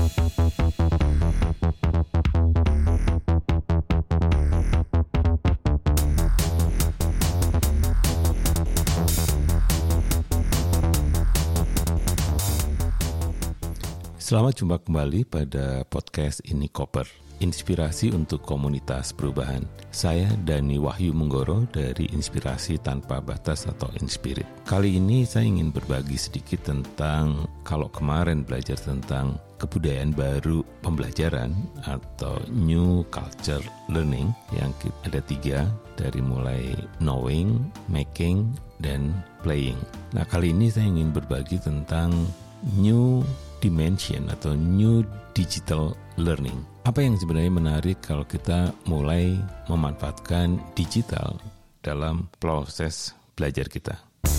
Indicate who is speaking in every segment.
Speaker 1: Selamat jumpa kembali pada podcast Ini Koper, inspirasi untuk komunitas perubahan. Saya Dani Wahyu Menggoro dari Inspirasi Tanpa Batas atau Inspirit. Kali ini saya ingin berbagi sedikit tentang, kalau kemarin belajar tentang kebudayaan baru pembelajaran atau New Culture Learning, yang ada 3, dari mulai knowing, making, dan playing. Nah, kali ini saya ingin berbagi tentang New Dimension atau New Digital Learning. Apa yang sebenarnya menarik kalau kita mulai memanfaatkan digital dalam proses belajar kita?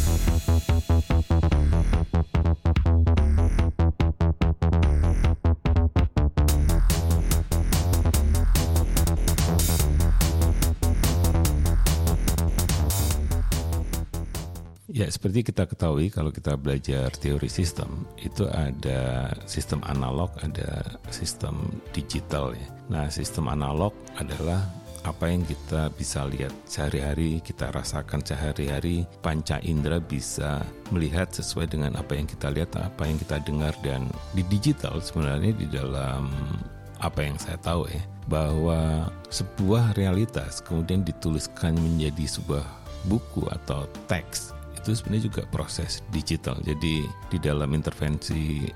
Speaker 1: Ya, seperti kita ketahui kalau kita belajar teori sistem, itu ada sistem analog, ada sistem digital ya. Nah, sistem analog adalah apa yang kita bisa lihat sehari-hari, kita rasakan sehari-hari, panca indera bisa melihat sesuai dengan apa yang kita lihat, apa yang kita dengar. Dan di digital sebenarnya di dalam apa yang saya tahu ya, bahwa sebuah realitas kemudian dituliskan menjadi sebuah buku atau teks, itu sebenarnya juga proses digital. Jadi di dalam intervensi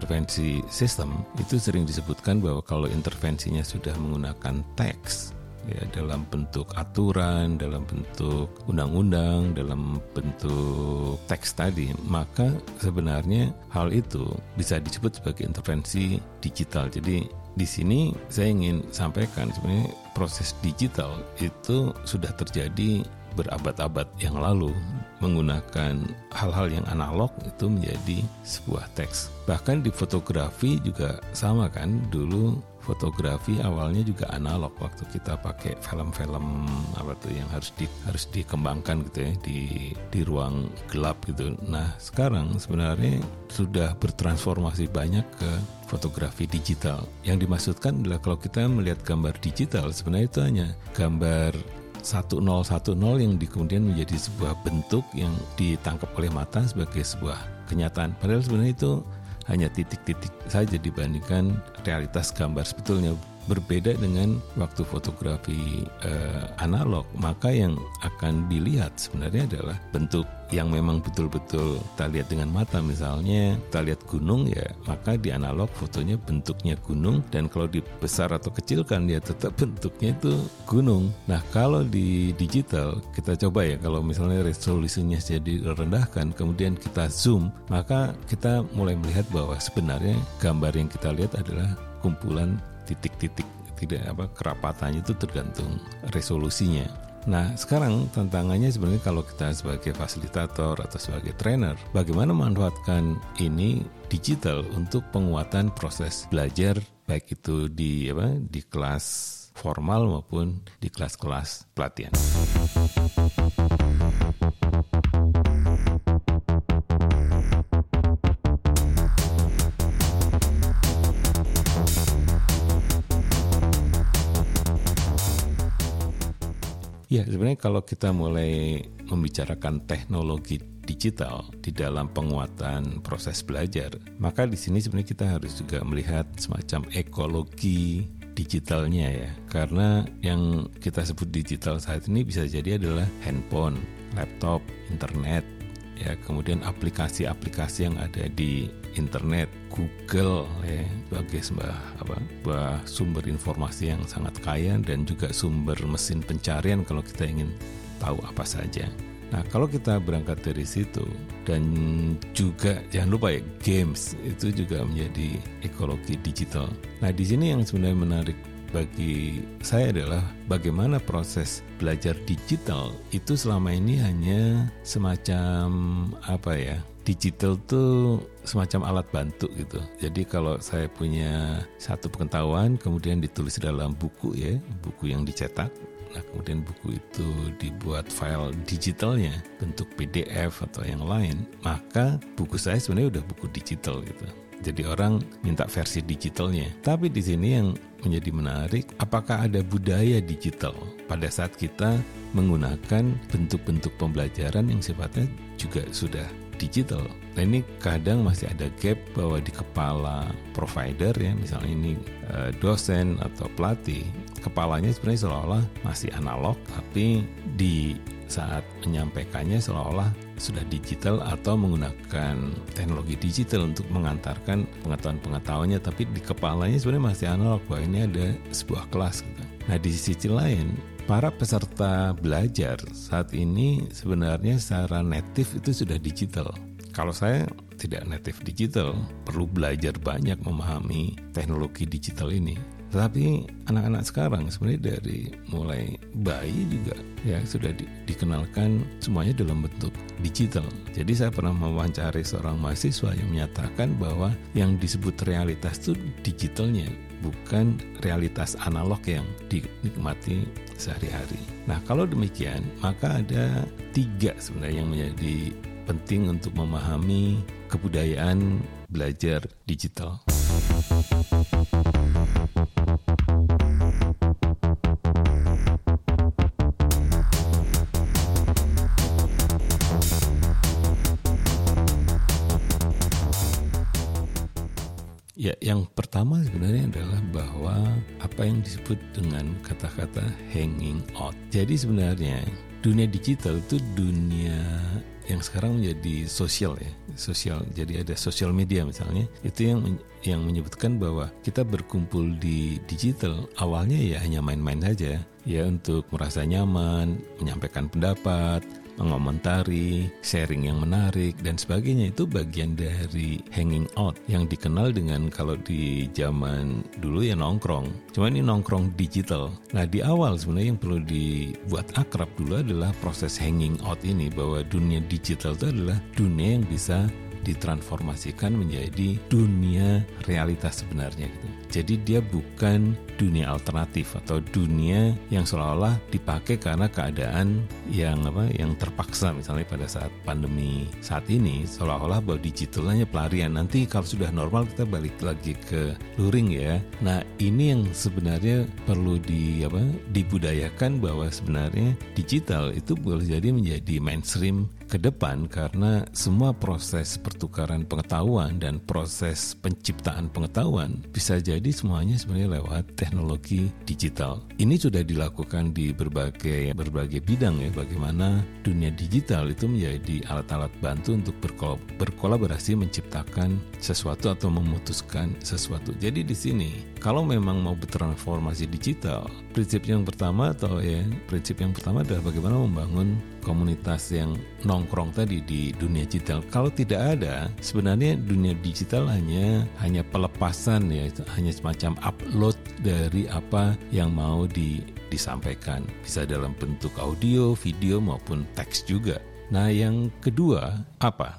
Speaker 1: sistem itu sering disebutkan bahwa kalau intervensinya sudah menggunakan teks ya, dalam bentuk aturan, dalam bentuk undang-undang, dalam bentuk teks tadi, maka sebenarnya hal itu bisa disebut sebagai intervensi digital. Jadi di sini saya ingin sampaikan sebenarnya proses digital itu sudah terjadi berabad-abad yang lalu, menggunakan hal-hal yang analog itu menjadi sebuah teks. Bahkan di fotografi juga sama kan, dulu fotografi awalnya juga analog waktu kita pakai film-film apa tuh yang harus dikembangkan gitu ya di ruang gelap gitu. Nah, sekarang sebenarnya sudah bertransformasi banyak ke fotografi digital. Yang dimaksudkan adalah kalau kita melihat gambar digital, sebenarnya itu hanya gambar 1010 yang kemudian menjadi sebuah bentuk yang ditangkap oleh mata sebagai sebuah kenyataan. Padahal sebenarnya itu hanya titik-titik saja dibandingkan realitas gambar sebetulnya. Berbeda dengan waktu fotografi analog, maka yang akan dilihat sebenarnya adalah bentuk yang memang betul-betul kita lihat dengan mata. Misalnya kita lihat gunung ya, maka di analog fotonya bentuknya gunung, dan kalau dibesar atau kecilkan ya tetap bentuknya itu gunung. Nah, kalau di digital kita coba ya, kalau misalnya resolusinya jadi rendahkan, kemudian kita zoom, maka kita mulai melihat bahwa sebenarnya gambar yang kita lihat adalah kumpulan titik-titik, tidak kerapatannya itu tergantung resolusinya. Nah, sekarang tantangannya sebenarnya kalau kita sebagai fasilitator atau sebagai trainer, bagaimana memanfaatkan ini digital untuk penguatan proses belajar, baik itu di kelas formal maupun di kelas-kelas pelatihan. Ya, sebenarnya kalau kita mulai membicarakan teknologi digital di dalam penguatan proses belajar, maka di sini sebenarnya kita harus juga melihat semacam ekologi digitalnya ya. Karena yang kita sebut digital saat ini bisa jadi adalah handphone, laptop, internet, ya, kemudian aplikasi-aplikasi yang ada di internet, Google ya, sebagai sebuah sumber informasi yang sangat kaya dan juga sumber mesin pencarian kalau kita ingin tahu apa saja. Nah, kalau kita berangkat dari situ, dan juga jangan lupa ya, games itu juga menjadi ekologi digital. Nah, di sini yang sebenarnya menarik bagi saya adalah bagaimana proses belajar digital itu selama ini hanya semacam digital tuh semacam alat bantu gitu. Jadi kalau saya punya satu pengetahuan kemudian ditulis dalam buku ya, buku yang dicetak. Nah, kemudian buku itu dibuat file digitalnya bentuk PDF atau yang lain, maka buku saya sebenarnya udah buku digital gitu. Jadi orang minta versi digitalnya. Tapi di sini yang menjadi menarik, apakah ada budaya digital pada saat kita menggunakan bentuk-bentuk pembelajaran yang sifatnya juga sudah digital. Nah ini kadang masih ada gap bahwa di kepala provider ya, misalnya ini dosen atau pelatih, kepalanya sebenarnya seolah-olah masih analog, tapi di saat menyampaikannya seolah-olah sudah digital atau menggunakan teknologi digital untuk mengantarkan pengetahuan-pengetahuannya, tapi di kepalanya sebenarnya masih analog, bahwa ini ada sebuah kelas gitu. Nah di sisi lain, para peserta belajar saat ini sebenarnya secara native itu sudah digital. Kalau saya tidak native digital, perlu belajar banyak memahami teknologi digital ini. Tetapi anak-anak sekarang sebenarnya dari mulai bayi juga ya sudah dikenalkan semuanya dalam bentuk digital. Jadi saya pernah mewawancari seorang mahasiswa yang menyatakan bahwa yang disebut realitas itu digitalnya, bukan realitas analog yang dinikmati sehari-hari. Nah kalau demikian, maka ada 3 sebenarnya yang menjadi penting untuk memahami kebudayaan belajar digital. Ya, yang pertama sebenarnya adalah bahwa apa yang disebut dengan kata-kata hanging out. Jadi sebenarnya dunia digital itu dunia yang sekarang menjadi sosial ya, sosial. Jadi ada sosial media misalnya, itu yang menyebutkan bahwa kita berkumpul di digital awalnya ya hanya main-main saja, ya untuk merasa nyaman, menyampaikan pendapat, mengomentari, sharing yang menarik dan sebagainya. Itu bagian dari hanging out yang dikenal dengan kalau di zaman dulu ya nongkrong. Cuma ini nongkrong digital. Nah di awal sebenarnya yang perlu dibuat akrab dulu adalah proses hanging out ini, bahwa dunia digital itu adalah dunia yang bisa ditransformasikan menjadi dunia realitas sebenarnya gitu. Jadi dia bukan dunia alternatif atau dunia yang seolah-olah dipakai karena keadaan yang terpaksa, misalnya pada saat pandemi saat ini seolah-olah bahwa digital hanya pelarian, nanti kalau sudah normal kita balik lagi ke luring ya. Nah ini yang sebenarnya perlu dibudayakan, bahwa sebenarnya digital itu boleh jadi menjadi mainstream ke depan, karena semua proses pertukaran pengetahuan dan proses penciptaan pengetahuan bisa jadi semuanya sebenarnya lewat teknologi digital. Ini sudah dilakukan di berbagai bidang ya, bagaimana dunia digital itu menjadi alat-alat bantu untuk berkolaborasi menciptakan sesuatu atau memutuskan sesuatu. Jadi di sini kalau memang mau bertransformasi digital, prinsip yang pertama adalah bagaimana membangun komunitas yang nongkrong tadi di dunia digital. Kalau tidak ada, sebenarnya dunia digital hanya pelepasan ya, hanya semacam upload dari apa yang mau disampaikan. Bisa dalam bentuk audio, video maupun teks juga. Nah, yang kedua apa?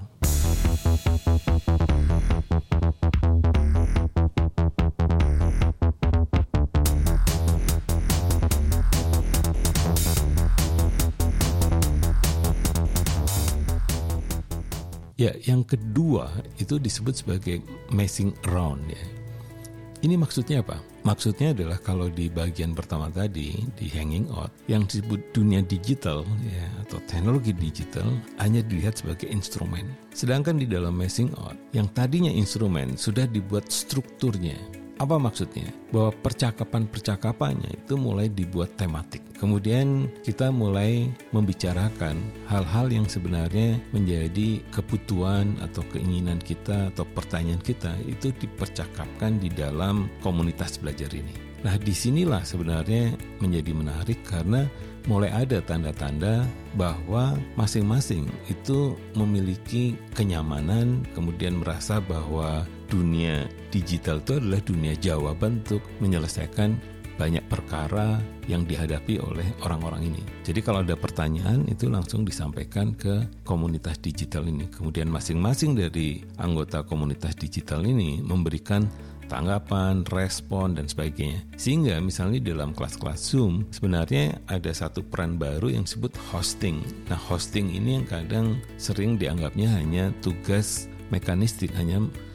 Speaker 1: Ya, yang kedua itu disebut sebagai messing around ya. Ini maksudnya apa? Maksudnya adalah kalau di bagian pertama tadi, di hanging out, yang disebut dunia digital ya, atau teknologi digital hanya dilihat sebagai instrumen. Sedangkan di dalam messing out, yang tadinya instrumen sudah dibuat strukturnya. Apa maksudnya? Bahwa percakapan-percakapannya itu mulai dibuat tematik. Kemudian kita mulai membicarakan hal-hal yang sebenarnya menjadi kebutuhan atau keinginan kita atau pertanyaan kita, itu dipercakapkan di dalam komunitas belajar ini. Nah, disinilah sebenarnya menjadi menarik karena mulai ada tanda-tanda bahwa masing-masing itu memiliki kenyamanan, kemudian merasa bahwa dunia digital itu adalah dunia jawaban untuk menyelesaikan banyak perkara yang dihadapi oleh orang-orang ini. Jadi kalau ada pertanyaan itu langsung disampaikan ke komunitas digital ini. Kemudian masing-masing dari anggota komunitas digital ini memberikan tanggapan, respon, dan sebagainya. Sehingga misalnya dalam kelas-kelas Zoom sebenarnya ada satu peran baru yang disebut hosting. Nah, hosting ini yang kadang sering dianggapnya hanya tugas mekanistik, hanya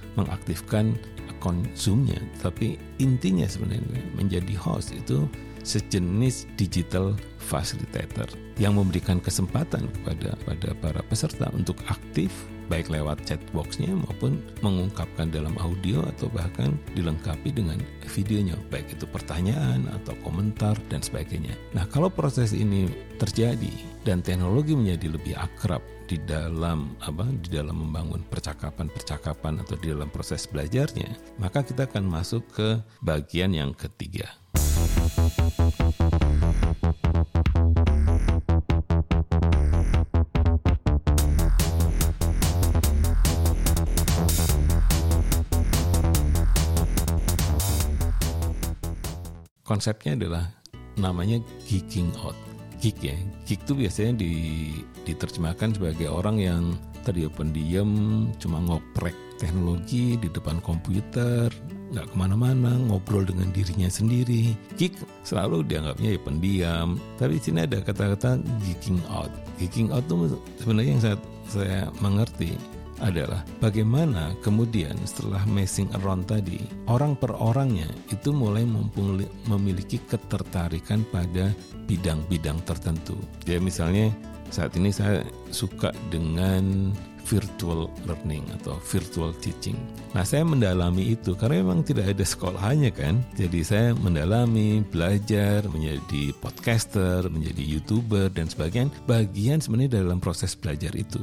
Speaker 1: mengaktifkan akun Zoom-nya. Tapi intinya sebenarnya menjadi host itu sejenis digital facilitator yang memberikan kesempatan kepada para peserta untuk aktif baik lewat chat box-nya maupun mengungkapkan dalam audio atau bahkan dilengkapi dengan videonya, baik itu pertanyaan atau komentar dan sebagainya. Nah, kalau proses ini terjadi dan teknologi menjadi lebih akrab di dalam membangun percakapan atau di dalam proses belajarnya, maka kita akan masuk ke bagian yang ketiga. Konsepnya adalah namanya geeking out. Geek ya, geek itu biasanya diterjemahkan sebagai orang yang tadi pendiam, cuma ngoprek teknologi di depan komputer, nggak kemana-mana, ngobrol dengan dirinya sendiri. Geek selalu dianggapnya ya pendiam, tapi di sini ada kata-kata geeking out. Geeking out itu sebenarnya yang saya mengerti adalah bagaimana kemudian setelah messing around tadi, orang per orangnya itu mulai memiliki ketertarikan pada bidang-bidang tertentu. Ya misalnya saat ini saya suka dengan virtual learning atau virtual teaching. Nah, saya mendalami itu karena memang tidak ada sekolahnya kan. Jadi saya mendalami, belajar, menjadi podcaster, menjadi YouTuber dan sebagainya. Bagian sebenarnya dalam proses belajar itu.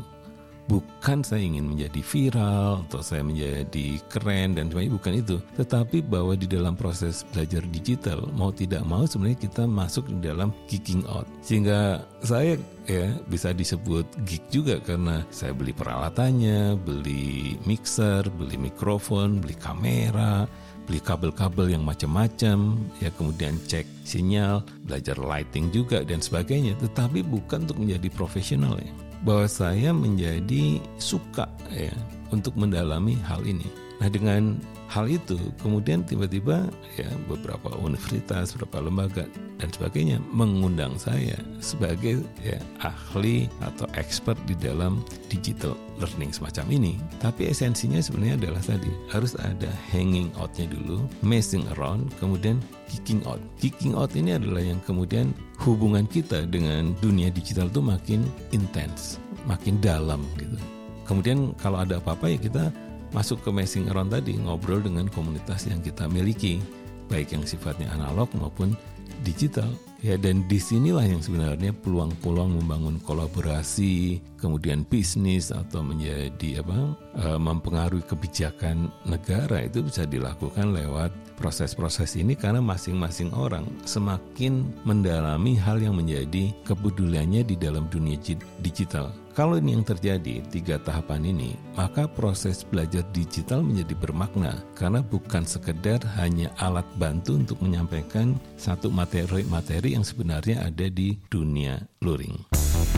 Speaker 1: Bukan saya ingin menjadi viral atau saya menjadi keren dan sebagainya, bukan itu. Tetapi bahwa di dalam proses belajar digital, mau tidak mau sebenarnya kita masuk di dalam geeking out. Sehingga saya bisa disebut geek juga karena saya beli peralatannya, beli mixer, beli mikrofon, beli kamera, beli kabel-kabel yang macam-macam, ya kemudian cek sinyal, belajar lighting juga dan sebagainya. Tetapi bukan untuk menjadi profesional ya. Bahwa saya menjadi suka ya untuk mendalami hal ini. Nah, dengan hal itu kemudian tiba-tiba ya beberapa universitas, beberapa lembaga dan sebagainya mengundang saya sebagai ya ahli atau expert di dalam digital learning semacam ini. Tapi esensinya sebenarnya adalah tadi harus ada hanging out-nya dulu, messing around, kemudian geeking out. Geeking out ini adalah yang kemudian hubungan kita dengan dunia digital itu makin intens, makin dalam gitu. Kemudian kalau ada apa-apa ya kita masuk ke messing around tadi, ngobrol dengan komunitas yang kita miliki, baik yang sifatnya analog maupun digital. Ya, dan disinilah yang sebenarnya peluang-peluang membangun kolaborasi, kemudian bisnis atau menjadi mempengaruhi kebijakan negara itu bisa dilakukan lewat proses-proses ini karena masing-masing orang semakin mendalami hal yang menjadi kepeduliannya di dalam dunia digital. Kalau ini yang terjadi, 3 tahapan ini, maka proses belajar digital menjadi bermakna karena bukan sekedar hanya alat bantu untuk menyampaikan satu materi yang sebenarnya ada di dunia luring.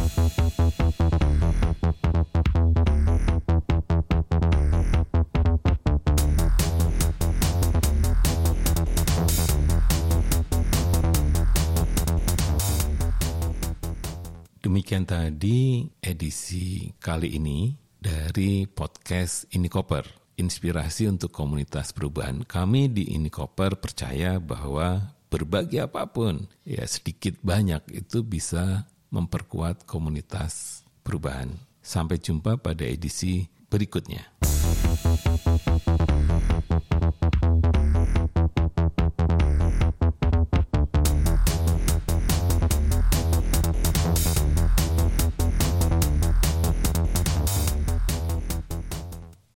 Speaker 1: Demikian tadi edisi kali ini dari podcast Indikoper, inspirasi untuk komunitas perubahan. Kami di Indikoper percaya bahwa berbagi apapun, ya sedikit banyak itu bisa memperkuat komunitas perubahan. Sampai jumpa pada edisi berikutnya.